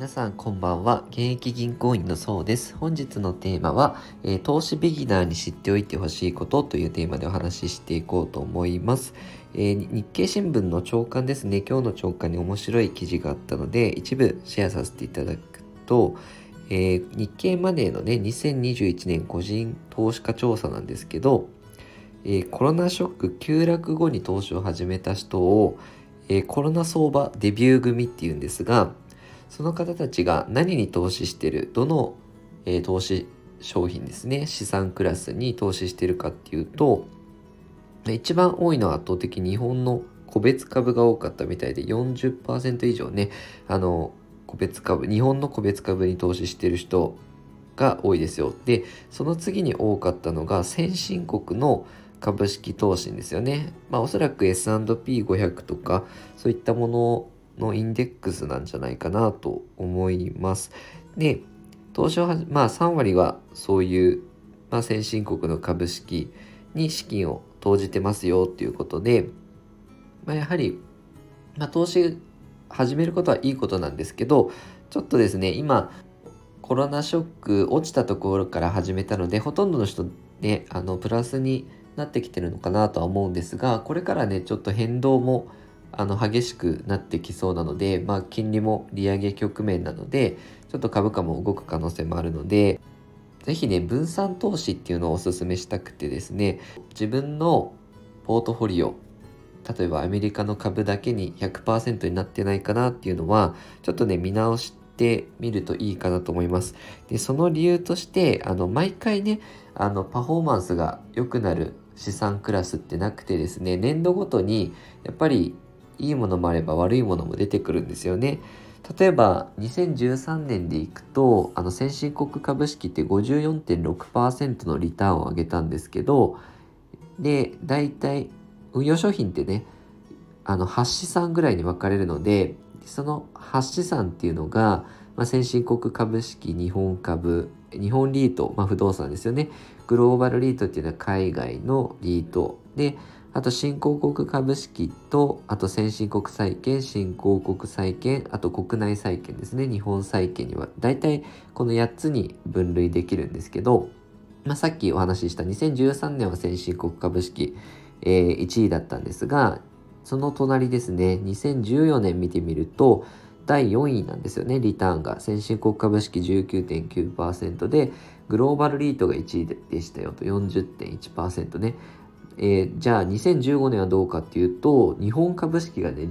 さんこんばんは。現役銀行員のそうです。本日のテーマは、投資ビギナーに知っておいてほしいことというテーマでお話ししていこうと思います。日経新聞の朝刊ですね。今日の朝刊に面白い記事があったので、一部シェアさせていただくと、日経マネーのね、2021年個人投資家調査なんですけど、コロナショック急落後に投資を始めた人を、コロナ相場デビュー組っていうんですが、その方たちが何に投資してる、どの、投資商品ですね、資産クラスに投資してるかっていうと、一番多いのは圧倒的に日本の個別株が多かったみたいで、40% 以上ね、日本の個別株に投資してる人が多いですよ。で、その次に多かったのが先進国の株式投資ですよね。おそらく S&P500 とかそういったもののインデックスなんじゃないかなと思います。で、投資は3割はそういう、先進国の株式に資金を投じてますよっていうことで、やはり、投資始めることはいいことなんですけど、ちょっとですね、今コロナショック落ちたところから始めたので、ほとんどの人ね、プラスになってきてるのかなとは思うんですが、これからね、ちょっと変動も激しくなってきそうなので、金利も利上げ局面なので、ちょっと株価も動く可能性もあるので、ぜひね、分散投資っていうのをお勧めしたくてですね、自分のポートフォリオ、例えばアメリカの株だけに 100% になってないかなっていうのは、ちょっとね、見直してみるといいかなと思います。で、その理由として、毎回ね、パフォーマンスが良くなる資産クラスってなくてですね、年度ごとにやっぱりいいものもあれば悪いものも出てくるんですよね。例えば2013年でいくと、先進国株式って 54.6% のリターンを上げたんですけど、で、だいたい運用商品ってね、8資産ぐらいに分かれるので、その8資産っていうのが、先進国株式、日本株、日本リート、不動産ですよね。グローバルリートっていうのは海外のリートで、あと新興国株式と、あと先進国債券、新興国債券、あと国内債券ですね。日本債券にはだいたいこの8つに分類できるんですけど、さっきお話しした2013年は先進国株式、1位だったんですが、その隣ですね、2014年見てみると第4位なんですよね。リターンが先進国株式 19.9% で、グローバルリートが1位でしたよと 40.1% ね。じゃあ2015年はどうかっていうと、日本株式がね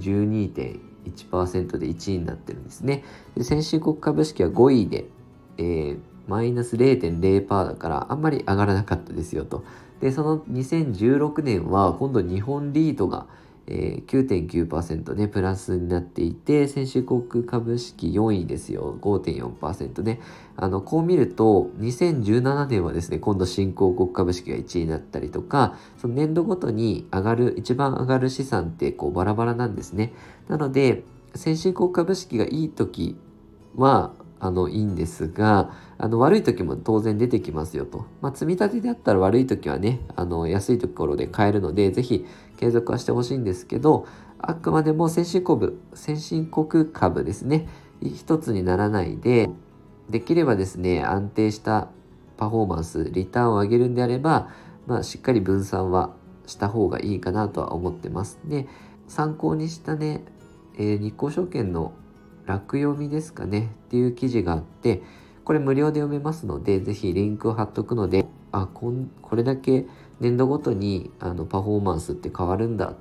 12.1% で1位になってるんですね。で、先進国株式は5位で、マイナス 0.0% だからあんまり上がらなかったですよと。で、その2016年は今度日本リートが、9.9% ね、プラスになっていて、先進国株式4位ですよ、5.4% ね。こう見ると、2017年はですね、今度新興国株式が1位になったりとか、その年度ごとに一番上がる資産ってこうバラバラなんですね。なので、先進国株式がいい時は、いいんですが、悪い時も当然出てきますよと。積み立てであったら悪い時はね、安いところで買えるので、ぜひ継続はしてほしいんですけど、あくまでも先進国株ですね、一つにならないで、できればですね、安定したパフォーマンス、リターンを上げるんであれば、しっかり分散はした方がいいかなとは思ってます。で、参考にしたね、日興証券の楽読みですかねっていう記事があって、これ無料で読めますので、ぜひリンクを貼っとくので、これだけ年度ごとにパフォーマンスって変わるんだって、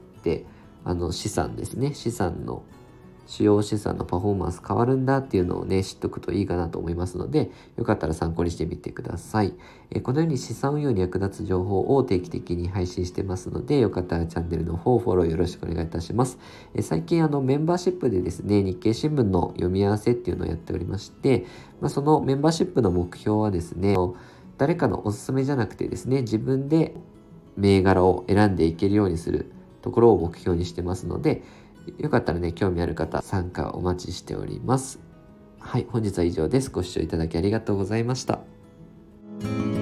資産ですね、主要資産のパフォーマンス変わるんだっていうのをね、知っとくといいかなと思いますので、よかったら参考にしてみてください。このように資産運用に役立つ情報を定期的に配信してますので、よかったらチャンネルの方フォローよろしくお願いいたします。最近メンバーシップでですね、日経新聞の読み合わせっていうのをやっておりまして、そのメンバーシップの目標はですね、誰かのおすすめじゃなくてですね、自分で銘柄を選んでいけるようにするところを目標にしてますので、よかったらね、興味ある方、参加お待ちしております。はい、本日は以上です。ご視聴いただきありがとうございました。